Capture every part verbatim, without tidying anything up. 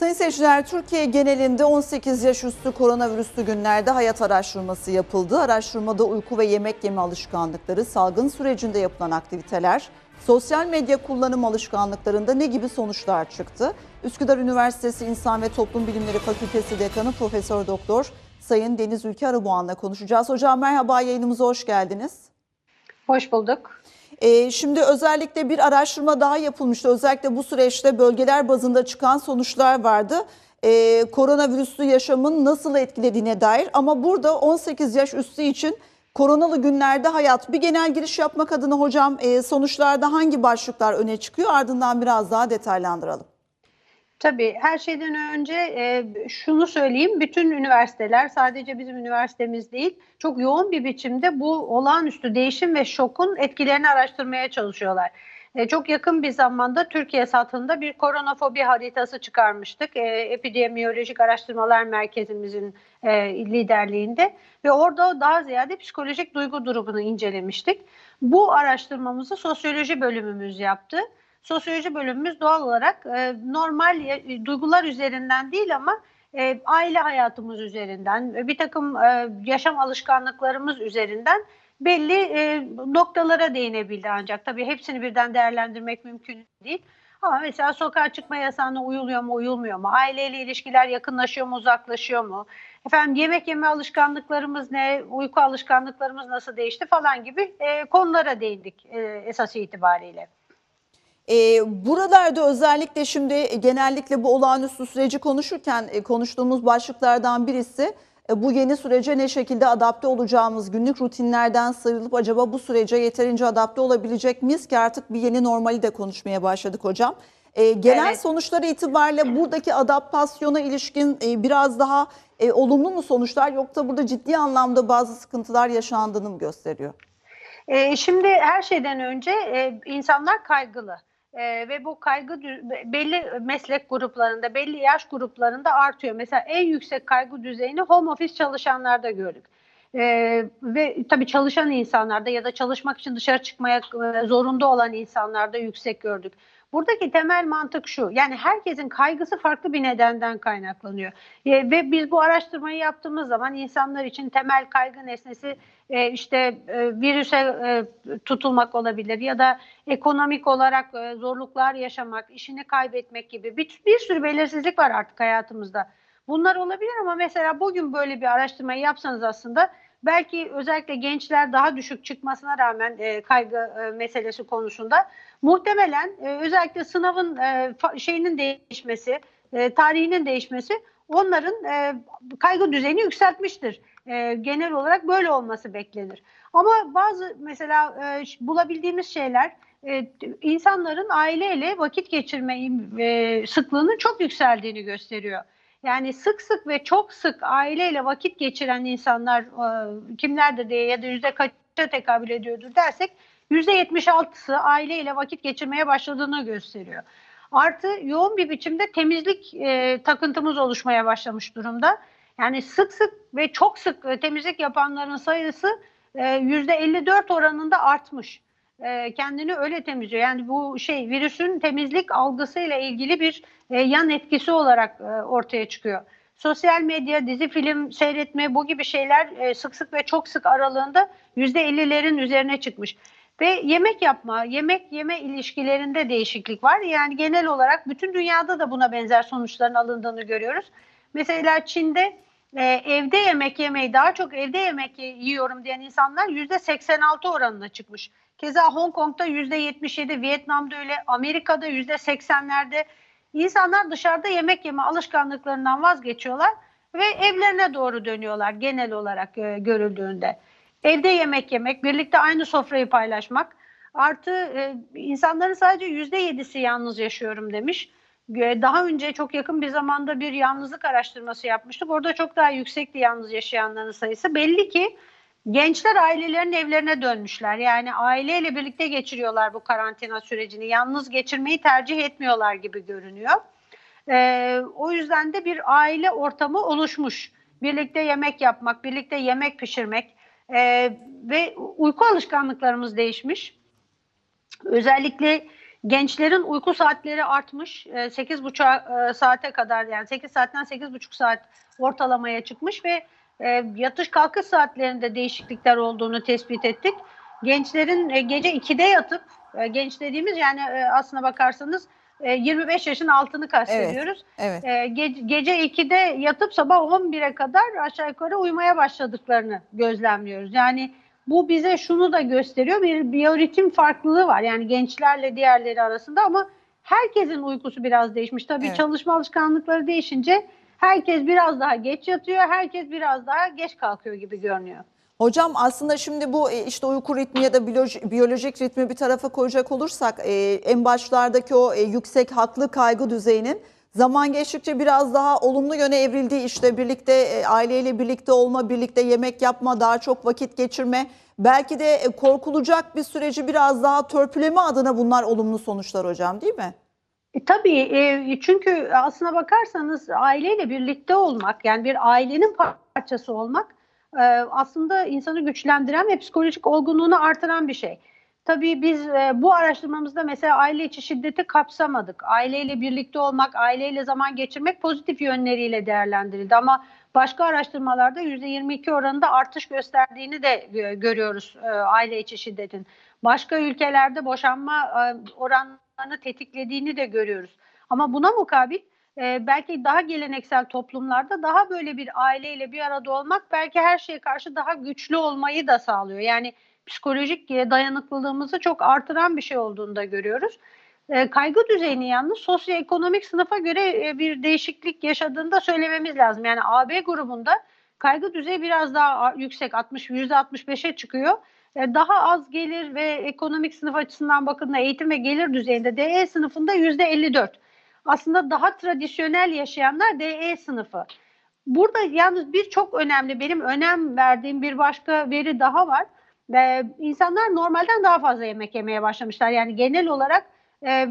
Sayın seyirciler, Türkiye genelinde on sekiz yaş üstü koronavirüslü günlerde hayat araştırması yapıldı. Araştırmada uyku ve yemek yeme alışkanlıkları, salgın sürecinde yapılan aktiviteler, sosyal medya kullanım alışkanlıklarında ne gibi sonuçlar çıktı? Üsküdar Üniversitesi İnsan ve Toplum Bilimleri Fakültesi Dekanı Profesör Doktor Sayın Deniz Ülke Arıboğan'la konuşacağız. Hocam merhaba, yayınımıza hoş geldiniz. Hoş bulduk. Ee, şimdi özellikle bir araştırma daha yapılmıştı. Özellikle bu süreçte bölgeler bazında çıkan sonuçlar vardı. Ee, koronavirüslü yaşamın nasıl etkilediğine dair. Ama burada on sekiz yaş üstü için koronalı günlerde hayat. Bir genel giriş yapmak adına hocam e, sonuçlarda hangi başlıklar öne çıkıyor? Ardından biraz daha detaylandıralım. Tabii her şeyden önce e, şunu söyleyeyim. Bütün üniversiteler, sadece bizim üniversitemiz değil, çok yoğun bir biçimde bu olağanüstü değişim ve şokun etkilerini araştırmaya çalışıyorlar. E, çok yakın bir zamanda Türkiye satında bir koronafobi haritası çıkarmıştık. E, Epidemiyolojik Araştırmalar Merkezimizin e, liderliğinde ve orada daha ziyade psikolojik duygu durumunu incelemiştik. Bu araştırmamızı sosyoloji bölümümüz yaptı. Sosyoloji bölümümüz doğal olarak e, normal e, duygular üzerinden değil ama e, aile hayatımız üzerinden, e, bir takım e, yaşam alışkanlıklarımız üzerinden belli e, noktalara değinebildi ancak. Tabii hepsini birden değerlendirmek mümkün değil. Ama mesela sokağa çıkma yasağına uyuluyor mu, uyulmuyor mu? Aileyle ilişkiler yakınlaşıyor mu, uzaklaşıyor mu? Efendim yemek yeme alışkanlıklarımız ne, uyku alışkanlıklarımız nasıl değişti falan gibi e, konulara değindik e, esas itibariyle. E, buralarda özellikle şimdi genellikle bu olağanüstü süreci konuşurken e, konuştuğumuz başlıklardan birisi e, bu yeni sürece ne şekilde adapte olacağımız, günlük rutinlerden sıyrılıp acaba bu sürece yeterince adapte olabilecek miyiz ki artık bir yeni normali de konuşmaya başladık hocam. E, gelen Evet. sonuçları itibariyle buradaki adaptasyona ilişkin e, biraz daha e, olumlu mu sonuçlar, yoksa burada ciddi anlamda bazı sıkıntılar yaşandığını mı gösteriyor? E, şimdi her şeyden önce e, insanlar kaygılı. Ee, ve bu kaygı belli meslek gruplarında, belli yaş gruplarında artıyor. Mesela en yüksek kaygı düzeyini home office çalışanlarda gördük. Ee, ve tabii çalışan insanlarda ya da çalışmak için dışarı çıkmaya e, zorunda olan insanlarda yüksek gördük. Buradaki temel mantık şu, yani herkesin kaygısı farklı bir nedenden kaynaklanıyor. E, ve biz bu araştırmayı yaptığımız zaman insanlar için temel kaygı nesnesi e, işte e, virüse e, tutulmak olabilir ya da ekonomik olarak e, zorluklar yaşamak, işini kaybetmek gibi bir, bir sürü belirsizlik var artık hayatımızda. Bunlar olabilir ama mesela bugün böyle bir araştırmayı yapsanız aslında belki özellikle gençler daha düşük çıkmasına rağmen e, kaygı e, meselesi konusunda muhtemelen e, özellikle sınavın e, şeyinin değişmesi, e, tarihinin değişmesi onların e, kaygı düzeyini yükseltmiştir. E, genel olarak böyle olması beklenir. Ama bazı mesela e, bulabildiğimiz şeyler e, insanların aileyle vakit geçirme e, sıklığının çok yükseldiğini gösteriyor. Yani sık sık ve çok sık aileyle vakit geçiren insanlar e, kimlerdir diye ya da yüzde kaça tekabül ediyordur dersek yüzde yetmiş altısı aileyle vakit geçirmeye başladığını gösteriyor. Artı yoğun bir biçimde temizlik e, takıntımız oluşmaya başlamış durumda. Yani sık sık ve çok sık e, temizlik yapanların sayısı e, yüzde elli dört oranında artmış. E, kendini öyle temizliyor. Yani bu şey virüsün temizlik algısıyla ilgili bir e, yan etkisi olarak e, ortaya çıkıyor. Sosyal medya, dizi, film seyretme bu gibi şeyler e, sık sık ve çok sık aralığında yüzde ellilerin üzerine çıkmış. Ve yemek yapma, yemek yeme ilişkilerinde değişiklik var. Yani genel olarak bütün dünyada da buna benzer sonuçların alındığını görüyoruz. Mesela Çin'de e, evde yemek yemeyi, daha çok evde yemek yiyorum diyen insanlar yüzde seksen altı oranına çıkmış. Keza Hong Kong'da yüzde yetmiş yedi, Vietnam'da öyle, Amerika'da yüzde seksenlerde insanlar dışarıda yemek yeme alışkanlıklarından vazgeçiyorlar ve evlerine doğru dönüyorlar genel olarak e, görüldüğünde. Evde yemek yemek, birlikte aynı sofrayı paylaşmak, artı e, insanların sadece yüzde yedisi yalnız yaşıyorum demiş. Daha önce çok yakın bir zamanda bir yalnızlık araştırması yapmıştık. Orada çok daha yüksekti yalnız yaşayanların sayısı. Belli ki gençler ailelerinin evlerine dönmüşler. Yani aileyle birlikte geçiriyorlar bu karantina sürecini. Yalnız geçirmeyi tercih etmiyorlar gibi görünüyor. Ee, o yüzden de bir aile ortamı oluşmuş. Birlikte yemek yapmak, birlikte yemek pişirmek ee, ve uyku alışkanlıklarımız değişmiş. Özellikle Gençlerin uyku saatleri artmış. sekiz buçuk saate kadar, yani sekiz saatten sekiz buçuk saat ortalamaya çıkmış ve e, yatış kalkış saatlerinde değişiklikler olduğunu tespit ettik. Gençlerin e, gece ikide yatıp, e, genç dediğimiz yani e, aslına bakarsanız e, yirmi beş yaşın altını Evet, kastediyoruz. evet. E, ge gece ikide yatıp sabah on bire kadar aşağı yukarı uyumaya başladıklarını gözlemliyoruz. Yani bu bize şunu da gösteriyor, bir biyoritim farklılığı var yani gençlerle diğerleri arasında, ama herkesin uykusu biraz değişmiş. Tabii Evet. çalışma alışkanlıkları değişince herkes biraz daha geç yatıyor, herkes biraz daha geç kalkıyor gibi görünüyor. Hocam aslında şimdi bu e, işte uyku ritmi ya da biyoloji- biyolojik ritmi bir tarafa koyacak olursak e, en başlardaki o e, yüksek haklı kaygı düzeyinin zaman geçtikçe biraz daha olumlu yöne evrildiği, işte birlikte e, aileyle birlikte olma, birlikte yemek yapma, daha çok vakit geçirme, belki de e, korkulacak bir süreci biraz daha törpüleme adına bunlar olumlu sonuçlar hocam, değil mi? E, tabii e, çünkü aslına bakarsanız aileyle birlikte olmak, yani bir ailenin parçası olmak e, aslında insanı güçlendiren ve psikolojik olgunluğunu artıran bir şey. Tabii biz e, bu araştırmamızda mesela aile içi şiddeti kapsamadık. Aileyle birlikte olmak, aileyle zaman geçirmek pozitif yönleriyle değerlendirildi, ama başka araştırmalarda yüzde yirmi iki oranında artış gösterdiğini de e, görüyoruz e, aile içi şiddetin. Başka ülkelerde boşanma e, oranlarını tetiklediğini de görüyoruz. Ama buna mukabil e, belki daha geleneksel toplumlarda daha böyle bir aileyle bir arada olmak belki her şeye karşı daha güçlü olmayı da sağlıyor. Yani psikolojik e, dayanıklılığımızı çok artıran bir şey olduğunu da görüyoruz. E, kaygı düzeyini yalnız sosyoekonomik sınıfa göre e, bir değişiklik yaşadığını da söylememiz lazım. Yani A B grubunda kaygı düzeyi biraz daha yüksek, altmış yüzde altmış beşe çıkıyor. E, daha az gelir ve ekonomik sınıf açısından bakıldığında eğitim ve gelir düzeyinde D E sınıfında yüzde elli dört. Aslında daha tradisyonel yaşayanlar D E sınıfı. Burada yalnız birçok önemli, benim önem verdiğim bir başka veri daha var. Ee, insanlar normalden daha fazla yemek yemeye başlamışlar. Yani genel olarak e,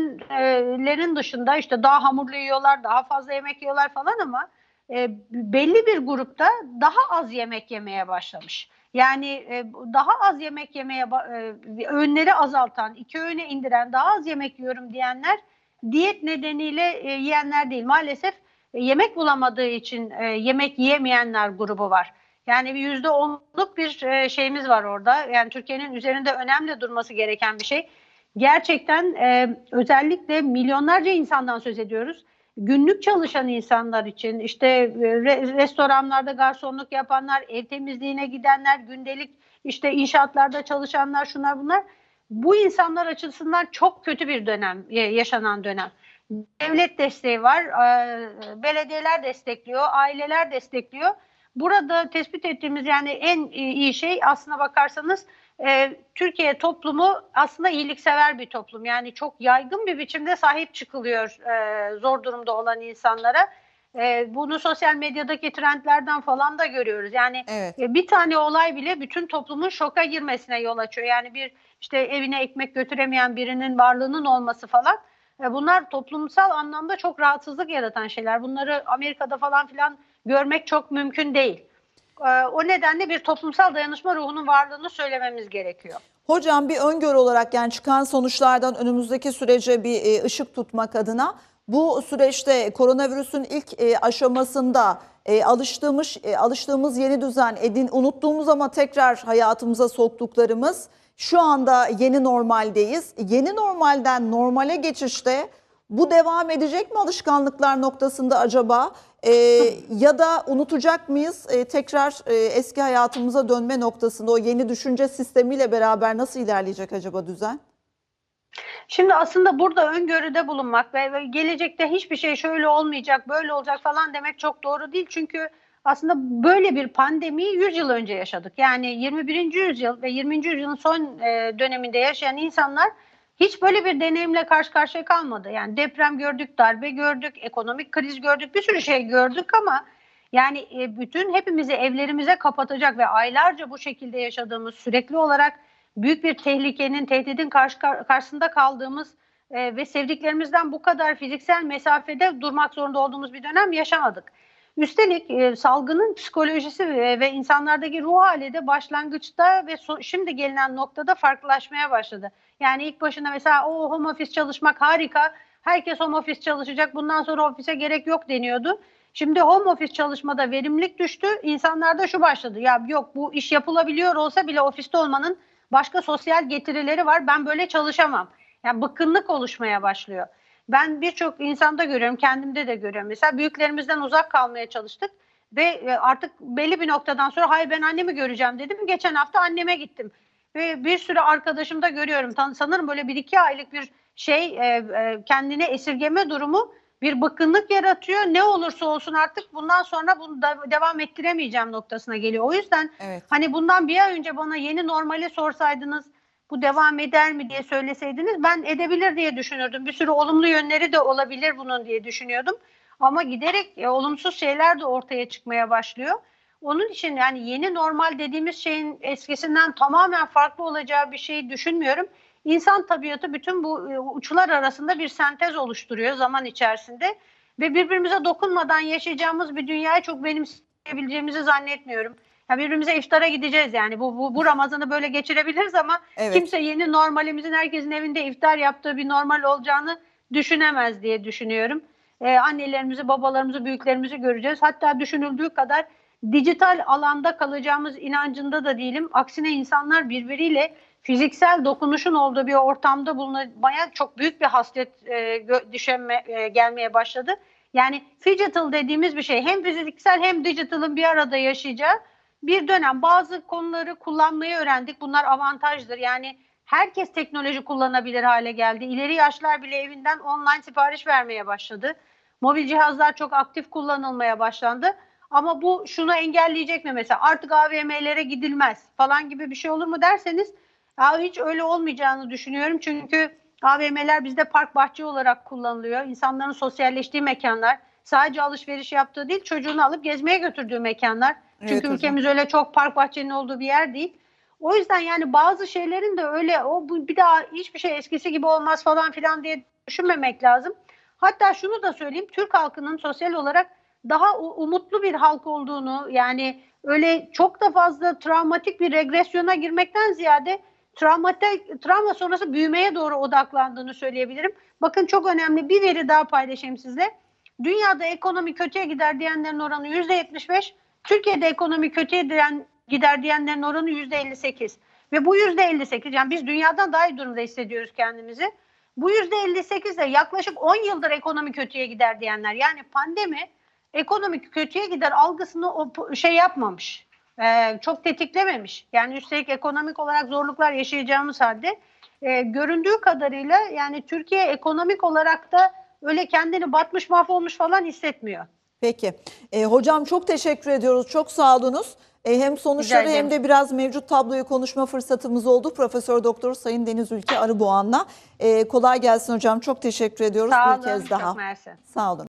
öğünlerin dışında işte daha hamurlu yiyorlar, daha fazla yemek yiyorlar falan, ama e, belli bir grupta daha az yemek yemeye başlamış. Yani e, daha az yemek yemeye, e, öğünleri azaltan, iki öğüne indiren, daha az yemek yiyorum diyenler diyet nedeniyle e, yiyenler değil. Maalesef e, yemek bulamadığı için e, yemek yiyemeyenler grubu var. Yani bir yüzde onluk bir e, şeyimiz var orada. Yani Türkiye'nin üzerinde önemli durması gereken bir şey. Gerçekten e, özellikle milyonlarca insandan söz ediyoruz. Günlük çalışan insanlar için, işte e, re, restoranlarda garsonluk yapanlar, ev temizliğine gidenler, gündelik işte inşaatlarda çalışanlar, şunlar bunlar. Bu insanlar açısından çok kötü bir dönem, yaşanan dönem. Devlet desteği var, belediyeler destekliyor, aileler destekliyor. Burada tespit ettiğimiz yani en iyi şey, aslına bakarsanız Türkiye toplumu aslında iyiliksever bir toplum. Yani çok yaygın bir biçimde sahip çıkılıyor zor durumda olan insanlara. Bunu sosyal medyadaki trendlerden falan da görüyoruz. Yani Evet. bir tane olay bile bütün toplumun şoka girmesine yol açıyor. Yani bir işte evine ekmek götüremeyen birinin varlığının olması falan. Bunlar toplumsal anlamda çok rahatsızlık yaratan şeyler. Bunları Amerika'da falan filan görmek çok mümkün değil. O nedenle bir toplumsal dayanışma ruhunun varlığını söylememiz gerekiyor. Hocam bir öngörü olarak, yani çıkan sonuçlardan önümüzdeki sürece bir e, ışık tutmak adına, bu süreçte koronavirüsün ilk e, aşamasında e, alıştığımız e, alıştığımız yeni düzen, edin unuttuğumuz ama tekrar hayatımıza soktuklarımız, şu anda yeni normaldeyiz. Yeni normalden normale geçişte bu devam edecek mi alışkanlıklar noktasında acaba? Ee, ya da unutacak mıyız? Ee, tekrar e, eski hayatımıza dönme noktasında o yeni düşünce sistemiyle beraber nasıl ilerleyecek acaba düzen? Şimdi aslında burada öngörüde bulunmak ve, ve gelecekte hiçbir şey şöyle olmayacak, böyle olacak falan demek çok doğru değil. Çünkü aslında böyle bir pandemiyi yüz yıl önce yaşadık. Yani yirmi birinci yüzyıl ve yirminci yüzyılın son e, döneminde yaşayan insanlar hiç böyle bir deneyimle karşı karşıya kalmadı. Yani deprem gördük, darbe gördük, ekonomik kriz gördük, bir sürü şey gördük, ama yani e, bütün hepimizi evlerimize kapatacak ve aylarca bu şekilde yaşadığımız, sürekli olarak büyük bir tehlikenin, tehdidin karşı, karşısında kaldığımız e, ve sevdiklerimizden bu kadar fiziksel mesafede durmak zorunda olduğumuz bir dönem yaşamadık. Üstelik e, salgının psikolojisi ve, ve insanlardaki ruh hali de başlangıçta ve so, şimdi gelinen noktada farklılaşmaya başladı. Yani ilk başında mesela o home office çalışmak harika, herkes home office çalışacak, bundan sonra ofise gerek yok deniyordu. Şimdi home office çalışmada verimlilik düştü. İnsanlarda şu başladı. Ya yok, bu iş yapılabiliyor olsa bile ofiste olmanın başka sosyal getirileri var. Ben böyle çalışamam. Yani bıkkınlık oluşmaya başlıyor. Ben birçok insanda görüyorum, kendimde de görüyorum. Mesela büyüklerimizden uzak kalmaya çalıştık ve artık belli bir noktadan sonra hayır ben annemi göreceğim dedim. Geçen hafta anneme gittim. Ve bir sürü arkadaşımda görüyorum. Sanırım böyle bir iki aylık bir şey kendine esirgeme durumu bir bıkkınlık yaratıyor. Ne olursa olsun artık bundan sonra bunu da devam ettiremeyeceğim noktasına geliyor. O yüzden Evet. hani bundan bir ay önce bana yeni normali sorsaydınız, bu devam eder mi diye söyleseydiniz ben edebilir diye düşünürdüm. Bir sürü olumlu yönleri de olabilir bunun diye düşünüyordum. Ama giderek e, olumsuz şeyler de ortaya çıkmaya başlıyor. Onun için yani yeni normal dediğimiz şeyin eskisinden tamamen farklı olacağı bir şeyi düşünmüyorum. İnsan tabiatı bütün bu uçlar arasında bir sentez oluşturuyor zaman içerisinde ve birbirimize dokunmadan yaşayacağımız bir dünyayı çok benimseyebileceğimizi zannetmiyorum. Ya birbirimize iftara gideceğiz yani bu, bu, bu Ramazan'ı böyle geçirebiliriz ama Evet. kimse yeni normalimizin herkesin evinde iftar yaptığı bir normal olacağını düşünemez diye düşünüyorum. Ee, annelerimizi, babalarımızı, büyüklerimizi göreceğiz. Hatta düşünüldüğü kadar dijital alanda kalacağımız inancında da değilim. Aksine insanlar birbiriyle fiziksel dokunuşun olduğu bir ortamda bulunmaya çok büyük bir hasret e, düşeme, e, gelmeye başladı. Yani digital dediğimiz bir şey hem fiziksel hem digital'ın bir arada yaşayacağı bir dönem. Bazı konuları kullanmayı öğrendik. Bunlar avantajdır. Yani herkes teknoloji kullanabilir hale geldi. İleri yaşlar bile evinden online sipariş vermeye başladı. Mobil cihazlar çok aktif kullanılmaya başlandı. Ama bu şunu engelleyecek mi mesela? Artık A V M'lere gidilmez falan gibi bir şey olur mu derseniz ya hiç öyle olmayacağını düşünüyorum. Çünkü A V M'ler bizde park bahçe olarak kullanılıyor. İnsanların sosyalleştiği mekanlar. Sadece alışveriş yaptığı değil, çocuğunu alıp gezmeye götürdüğü mekanlar. Çünkü Evet hocam. ülkemiz öyle çok park bahçenin olduğu bir yer değil. O yüzden yani bazı şeylerin de öyle o bu bir daha hiçbir şey eskisi gibi olmaz falan filan diye düşünmemek lazım. Hatta şunu da söyleyeyim, Türk halkının sosyal olarak daha umutlu bir halk olduğunu, yani öyle çok da fazla travmatik bir regresyona girmekten ziyade travmatik travma sonrası büyümeye doğru odaklandığını söyleyebilirim. Bakın çok önemli bir veri daha paylaşayım sizle. Dünyada ekonomi kötüye gider diyenlerin oranı yüzde yetmiş beş, Türkiye'de ekonomi kötüye diyen, gider diyenlerin oranı yüzde elli sekiz. Ve bu yüzde elli sekiz, yani biz dünyadan daha iyi durumda hissediyoruz kendimizi. Bu yüzde elli sekiz de yaklaşık on yıldır ekonomi kötüye gider diyenler. Yani pandemi ekonomi kötüye gider algısını o şey yapmamış, e, çok tetiklememiş. Yani üstelik ekonomik olarak zorluklar yaşayacağımız halde e, göründüğü kadarıyla yani Türkiye ekonomik olarak da öyle kendini batmış mahvolmuş falan hissetmiyor. Peki. E, hocam çok teşekkür ediyoruz. Çok sağ olunuz. E, hem sonuçları hem de biraz mevcut tabloyu konuşma fırsatımız oldu. Profesör Doktor Sayın Deniz Ülke Arıboğan'la. E, kolay gelsin hocam. Çok teşekkür ediyoruz Sağ bir olun, kez daha. çok mersi. Sağ olun.